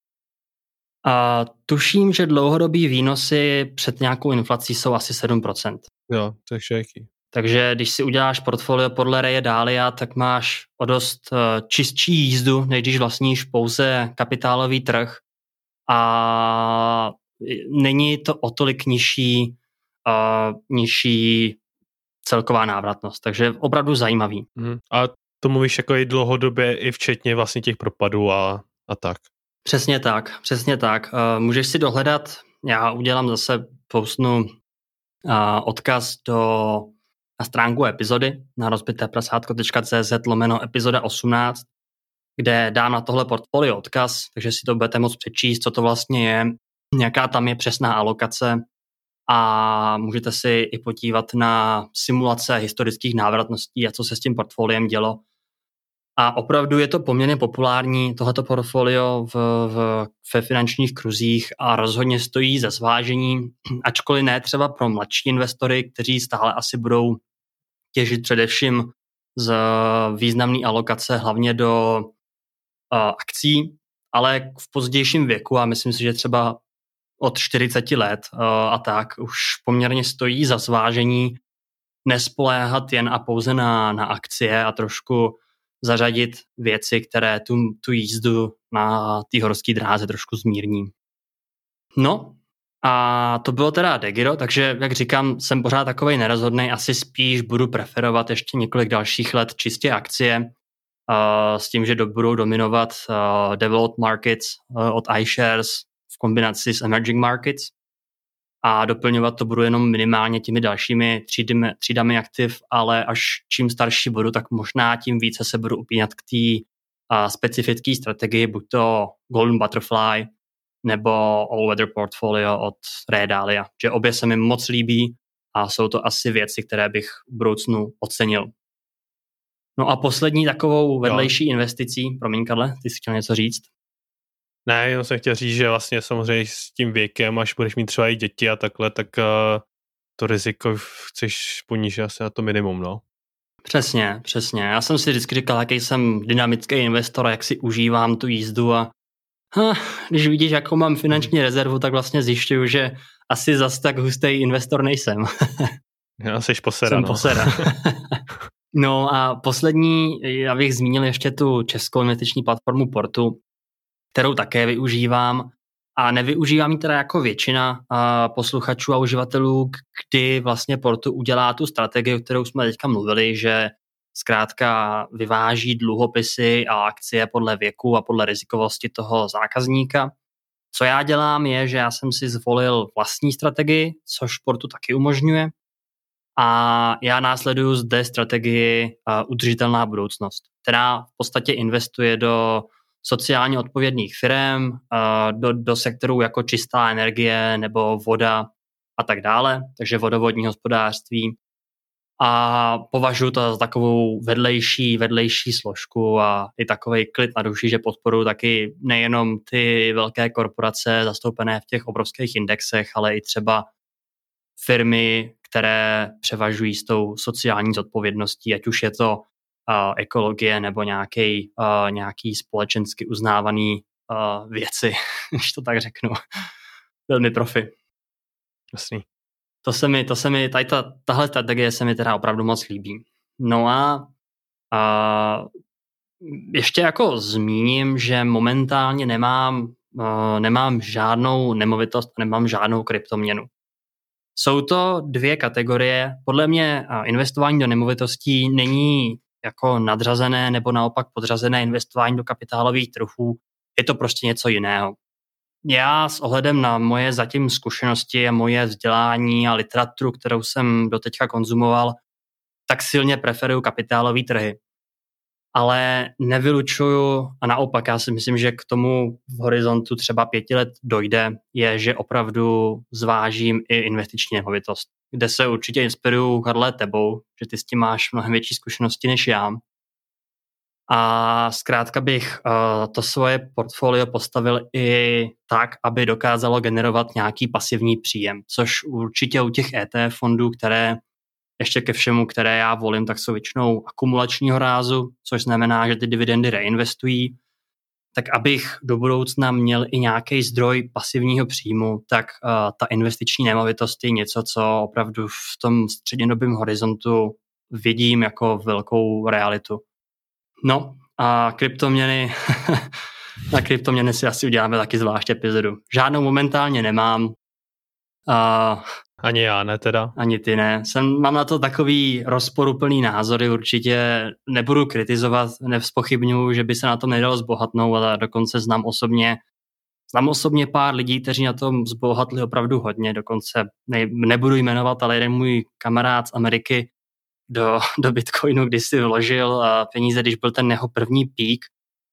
B: A tuším, že dlouhodobý výnosy před nějakou inflací jsou asi sedm procent.
A: Jo, takže jaký?
B: Takže když si uděláš portfolio podle Raye Dalia, tak máš o dost čistší jízdu, než když vlastníš pouze kapitálový trh a není to o tolik nižší, uh, nižší celková návratnost. Takže opravdu zajímavý.
A: Mm. A to mluvíš jako i dlouhodobě, i včetně vlastně těch propadů a, a tak.
B: Přesně tak, přesně tak. Uh, můžeš si dohledat, já udělám zase, postnu uh, odkaz do na stránku epizody na rozbiteprasátko tečka cé zet lomeno epizoda osmnáct, kde dám na tohle portfolio odkaz, takže si to budete moct přečíst, co to vlastně je, jaká tam je přesná alokace a můžete si i podívat na simulace historických návratností a co se s tím portfoliem dělo. A opravdu je to poměrně populární, tohleto portfolio v, v, ve finančních kruzích a rozhodně stojí za zvážení, ačkoliv ne třeba pro mladší investory, kteří stále asi budou těžit především z významné alokace hlavně do uh, akcí, ale v pozdějším věku a myslím si, že třeba od čtyřicet let uh, a tak už poměrně stojí za zvážení nespoléhat jen a pouze na, na akcie a trošku zařadit věci, které tu, tu jízdu na té horské dráze trošku zmírní. No a to bylo teda Degiro, takže jak říkám, jsem pořád takovej nerozhodnej, asi spíš budu preferovat ještě několik dalších let čistě akcie uh, s tím, že do, budou dominovat uh, developed markets uh, od iShares v kombinaci s emerging markets a doplňovat to budu jenom minimálně těmi dalšími třídami, třídami aktiv, ale až čím starší budu, tak možná tím více se budu upínat k té uh, specifické strategii, buď to Golden Butterfly nebo All Weather Portfolio od Raye Dalia, že obě se mi moc líbí a jsou to asi věci, které bych v budoucnu ocenil. No a poslední takovou vedlejší no. investicí, promiň Karle, ty jsi chtěl něco říct?
A: Ne, jenom jsem chtěl říct, že vlastně samozřejmě s tím věkem, až budeš mít třeba i děti a takhle, tak uh, to riziko chceš ponížit asi na to minimum, no.
B: Přesně, přesně. Já jsem si vždycky říkal, jaký jsem dynamický investor, jak si užívám tu jízdu a ha, když vidíš, jakou mám finanční rezervu, tak vlastně zjišťuju, že asi zas tak hustý investor nejsem.
A: Já jsi posera,
B: Jsem
A: no.
B: posera. No a poslední, já bych zmínil ještě tu českou investiční platformu Portu, kterou také využívám a nevyužívám ji teda jako většina posluchačů a uživatelů, kdy vlastně Portu udělá tu strategii, o kterou jsme teďka mluvili, že zkrátka vyváží dluhopisy a akcie podle věku a podle rizikovosti toho zákazníka. Co já dělám je, že já jsem si zvolil vlastní strategii, což Portu taky umožňuje a já následuju zde strategii udržitelná budoucnost, která v podstatě investuje do sociálně odpovědných firem, do, do sektorů jako čistá energie nebo voda a tak dále, takže vodovodní hospodářství. A považuji to za takovou vedlejší, vedlejší složku a i takovej klid na duši, že podporuji taky nejenom ty velké korporace zastoupené v těch obrovských indexech, ale i třeba firmy, které převažují s tou sociální zodpovědností, ať už je to uh, ekologie nebo nějaký, uh, nějaký společensky uznávaný uh, věci, když to tak řeknu. Velmi profi.
A: Jasný.
B: To se mi, to se mi, tady ta, tahle strategie se mi teda opravdu moc líbí. No a, a ještě jako zmíním, že momentálně nemám, uh, nemám žádnou nemovitost, nemám žádnou kryptoměnu. Jsou to dvě kategorie. Podle mě uh, investování do nemovitostí není jako nadřazené nebo naopak podřazené investování do kapitálových trhů. Je to prostě něco jiného. Já s ohledem na moje zatím zkušenosti a moje vzdělání a literaturu, kterou jsem doteďka konzumoval, tak silně preferuju kapitálové trhy. Ale nevylučuju a naopak já si myslím, že k tomu v horizontu třeba pěti let dojde, je, že opravdu zvážím i investiční nemovitost, kde se určitě inspiruju, Karle, tebou, že ty s tím máš mnohem větší zkušenosti než já. A zkrátka bych uh, to svoje portfolio postavil i tak, aby dokázalo generovat nějaký pasivní příjem, což určitě u těch E T F fondů, které ještě ke všemu, které já volím, tak jsou většinou akumulačního rázu, což znamená, že ty dividendy reinvestují. Tak abych do budoucna měl i nějaký zdroj pasivního příjmu, tak uh, ta investiční nemovitost je něco, co opravdu v tom střednědobém horizontu vidím jako velkou realitu. No a kryptoměny, na kryptoměny si asi uděláme taky zvlášť epizodu. Žádnou momentálně nemám. Uh,
A: ani já ne teda.
B: Ani ty ne. Jsem, mám na to takový rozporuplný názory, určitě nebudu kritizovat, nevzpochybňuji, že by se na tom nedalo zbohatnout, ale dokonce znám osobně, znám osobně pár lidí, kteří na tom zbohatli opravdu hodně, dokonce ne, nebudu jmenovat, ale jeden můj kamarád z Ameriky do, do Bitcoinu, když si vložil peníze, když byl ten jeho první pík,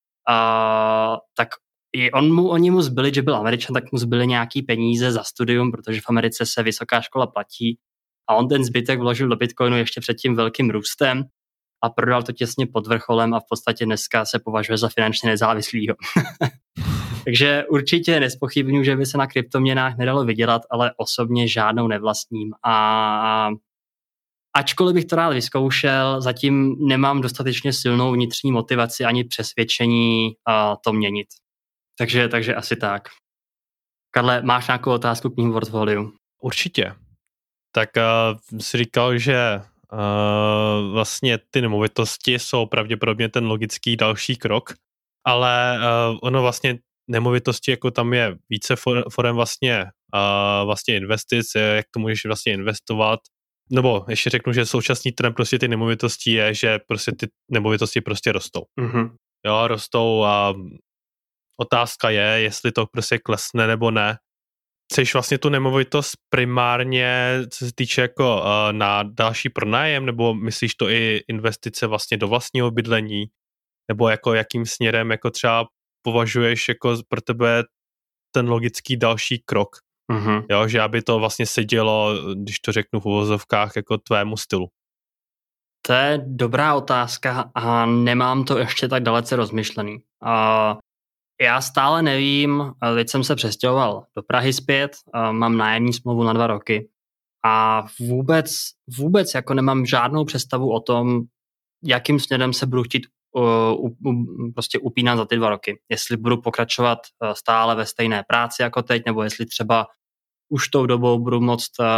B: a, tak i on mu, oni mu zbyli, že byl Američan, tak mu zbyly nějaký peníze za studium, protože v Americe se vysoká škola platí a on ten zbytek vložil do Bitcoinu ještě před tím velkým růstem a prodal to těsně pod vrcholem a v podstatě dneska se považuje za finančně nezávislýho. Takže určitě nezpochybňuji, že by se na kryptoměnách nedalo vydělat, ale osobně žádnou nevlastním a ačkoliv bych to rád vyzkoušel, zatím nemám dostatečně silnou vnitřní motivaci ani přesvědčení uh, to měnit. Takže, takže asi tak. Karle, máš nějakou otázku k mým portfoliu?
A: Určitě. Tak uh, jsi říkal, že uh, vlastně ty nemovitosti jsou pravděpodobně ten logický další krok, ale uh, ono vlastně nemovitosti, jako tam je více for, forem vlastně, uh, vlastně investic, jak to můžeš vlastně investovat, nebo ještě řeknu, že současný trend prostě ty nemovitosti je, že prostě ty nemovitosti prostě rostou.
B: Mm-hmm.
A: Jo, rostou a otázka je, jestli to prostě klesne nebo ne. Chceš vlastně tu nemovitost primárně, co se týče jako uh, na další pronájem, nebo myslíš to i investice vlastně do vlastního bydlení, nebo jako jakým směrem jako třeba považuješ jako pro tebe ten logický další krok,
B: mm-hmm.
A: jo, že aby to vlastně sedělo, když to řeknu v uvozovkách, jako tvému stylu.
B: To je dobrá otázka a nemám to ještě tak dalece rozmyšlený. Uh, Já stále nevím, teď jsem se přestěhoval do Prahy zpět, mám nájemní smlouvu na dva roky a vůbec, vůbec jako nemám žádnou představu o tom, jakým směrem se budu chtít uh, uh, prostě upínat za ty dva roky. Jestli budu pokračovat uh, stále ve stejné práci jako teď, nebo jestli třeba už tou dobou budu moct uh,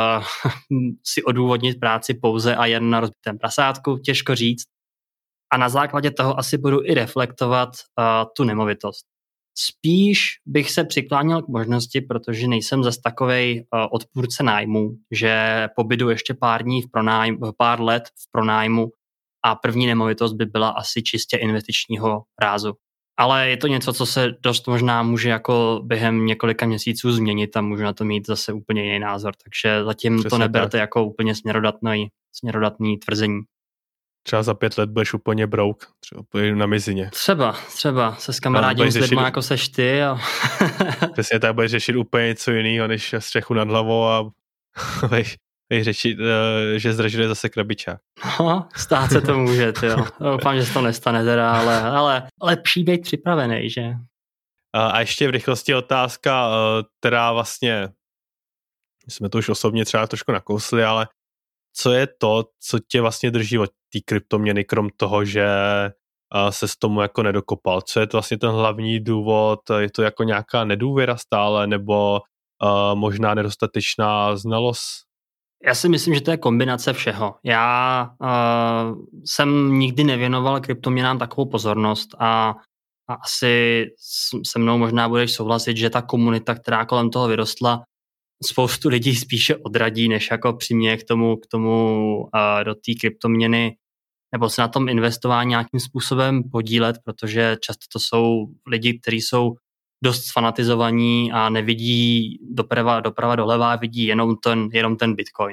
B: si odůvodnit práci pouze a jen na rozbitém prasátku, těžko říct. A na základě toho asi budu i reflektovat uh, tu nemovitost. Spíš bych se přikláněl k možnosti, protože nejsem zas takovej uh, odpůrce nájmu, že pobydu ještě pár dní v pronájmu, pár let v pronájmu a první nemovitost by byla asi čistě investičního rázu. Ale je to něco, co se dost možná může jako během několika měsíců změnit a můžu na to mít zase úplně jiný názor. Takže zatím Přesně to neberte tak. jako úplně směrodatný, směrodatný tvrzení.
A: Třeba za pět let budeš úplně brouk, třeba úplně na mizině.
B: Třeba, třeba se s kamarádím s lidma jako seš ty. A...
A: Přesně tak, budeš řešit úplně něco jiného, než střechu nad hlavou a budeš řešit, že zdražili zase krabičák.
B: No, stát se to může, jo. Doufám, že se to nestane teda, ale, ale lepší být připravený, že?
A: A ještě v rychlosti otázka, která vlastně, jsme to už osobně třeba trošku nakousli, ale co je to, co tě vlastně drží od té kryptoměny, krom toho, že se s tomu jako nedokopal? Co je to vlastně ten hlavní důvod? Je to jako nějaká nedůvěra stále, nebo uh, možná nedostatečná znalost?
B: Já si myslím, že to je kombinace všeho. Já uh, jsem nikdy nevěnoval kryptoměnám takovou pozornost a, a asi se mnou možná budeš souhlasit, že ta komunita, která kolem toho vyrostla, spoustu lidí spíše odradí, než jako přiměje k tomu, k tomu uh, do té kryptoměny nebo se na tom investování nějakým způsobem podílet, protože často to jsou lidi, kteří jsou dost fanatizovaní a nevidí doprava, doprava doleva, vidí jenom ten, jenom ten Bitcoin.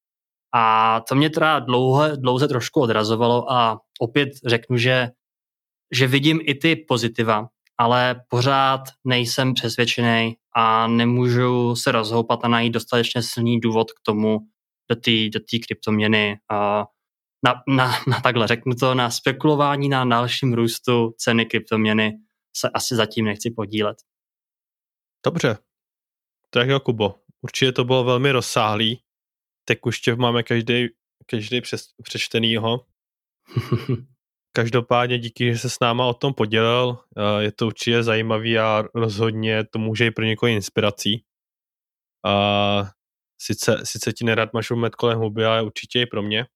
B: A to mě teda dlouho, dlouze trošku odrazovalo a opět řeknu, že, že vidím i ty pozitiva, ale pořád nejsem přesvědčený a nemůžu se rozhoupat a najít dostatečně silný důvod k tomu do té do té kryptoměny a na, na, na takhle řeknu to, na spekulování na dalším růstu ceny kryptoměny se asi zatím nechci podílet.
A: Dobře. Tak jo, Kubo. Určitě to bylo velmi rozsáhlý. Teď už tě máme každý, každý přes, přečtenýho. Každopádně díky, že se s náma o tom podělil. Je to určitě zajímavý a rozhodně to může i pro někoho inspirací. A sice, sice ti nerad mažu med kolem huby, ale určitě i pro mě.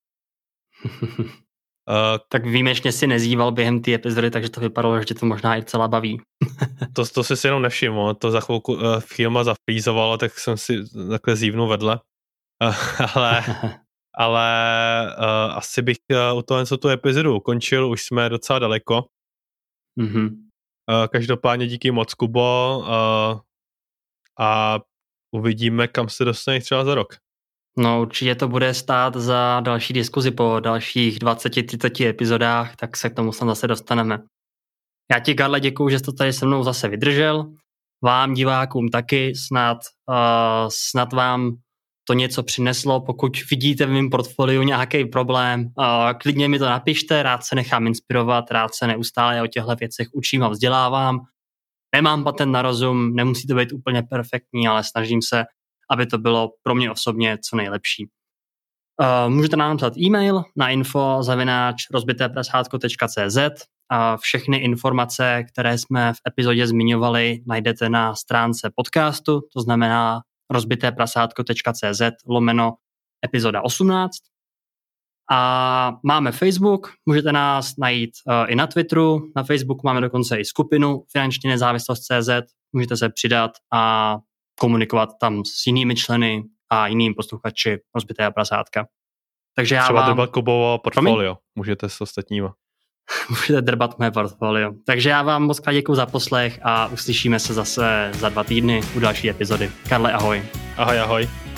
B: Uh, tak výjimečně si nezýval během té epizody, takže to vypadalo, že tě to možná i celá baví.
A: to, to si si jenom nevšiml, to za chvilku uh, filma zaflízovalo, tak jsem si takhle zívnul vedle. Uh, ale ale uh, asi bych uh, u toho tu epizodu ukončil, už jsme docela daleko.
B: Mm-hmm.
A: Uh, každopádně díky moc, Kubo, uh, a uvidíme, kam se dostaneš třeba za rok.
B: No určitě to bude stát za další diskuzi po dalších dvaceti třiceti epizodách, tak se k tomu snad zase dostaneme. Já ti, Karle, děkuju, že jsi to tady se mnou zase vydržel. Vám, divákům, taky snad, uh, snad vám to něco přineslo. Pokud vidíte v mém portfoliu nějaký problém, uh, klidně mi to napište, rád se nechám inspirovat, rád se neustále o těchto věcech učím a vzdělávám. Nemám patent na rozum, nemusí to být úplně perfektní, ale snažím se, aby to bylo pro mě osobně co nejlepší. Uh, můžete nám napsat e-mail na info zavináč rozbité prasátko tečka cé zet a všechny informace, které jsme v epizodě zmiňovali, najdete na stránce podcastu, to znamená rozbité prasátko tečka cé zet lomeno epizoda osmnáct. A máme Facebook, můžete nás najít uh, i na Twitteru, na Facebooku máme dokonce i skupinu finanční nezávislost tečka cé zet, můžete se přidat a komunikovat tam s jinými členy a jinými posluchači rozbitého prasátka. Takže já
A: třeba
B: vám...
A: drbat Kubovo portfolio, můžete s ostatníma.
B: Můžete drbat moje portfolio. Takže já vám moc krát děkuju za poslech a uslyšíme se zase za dva týdny u další epizody. Karle, ahoj.
A: Ahoj, ahoj.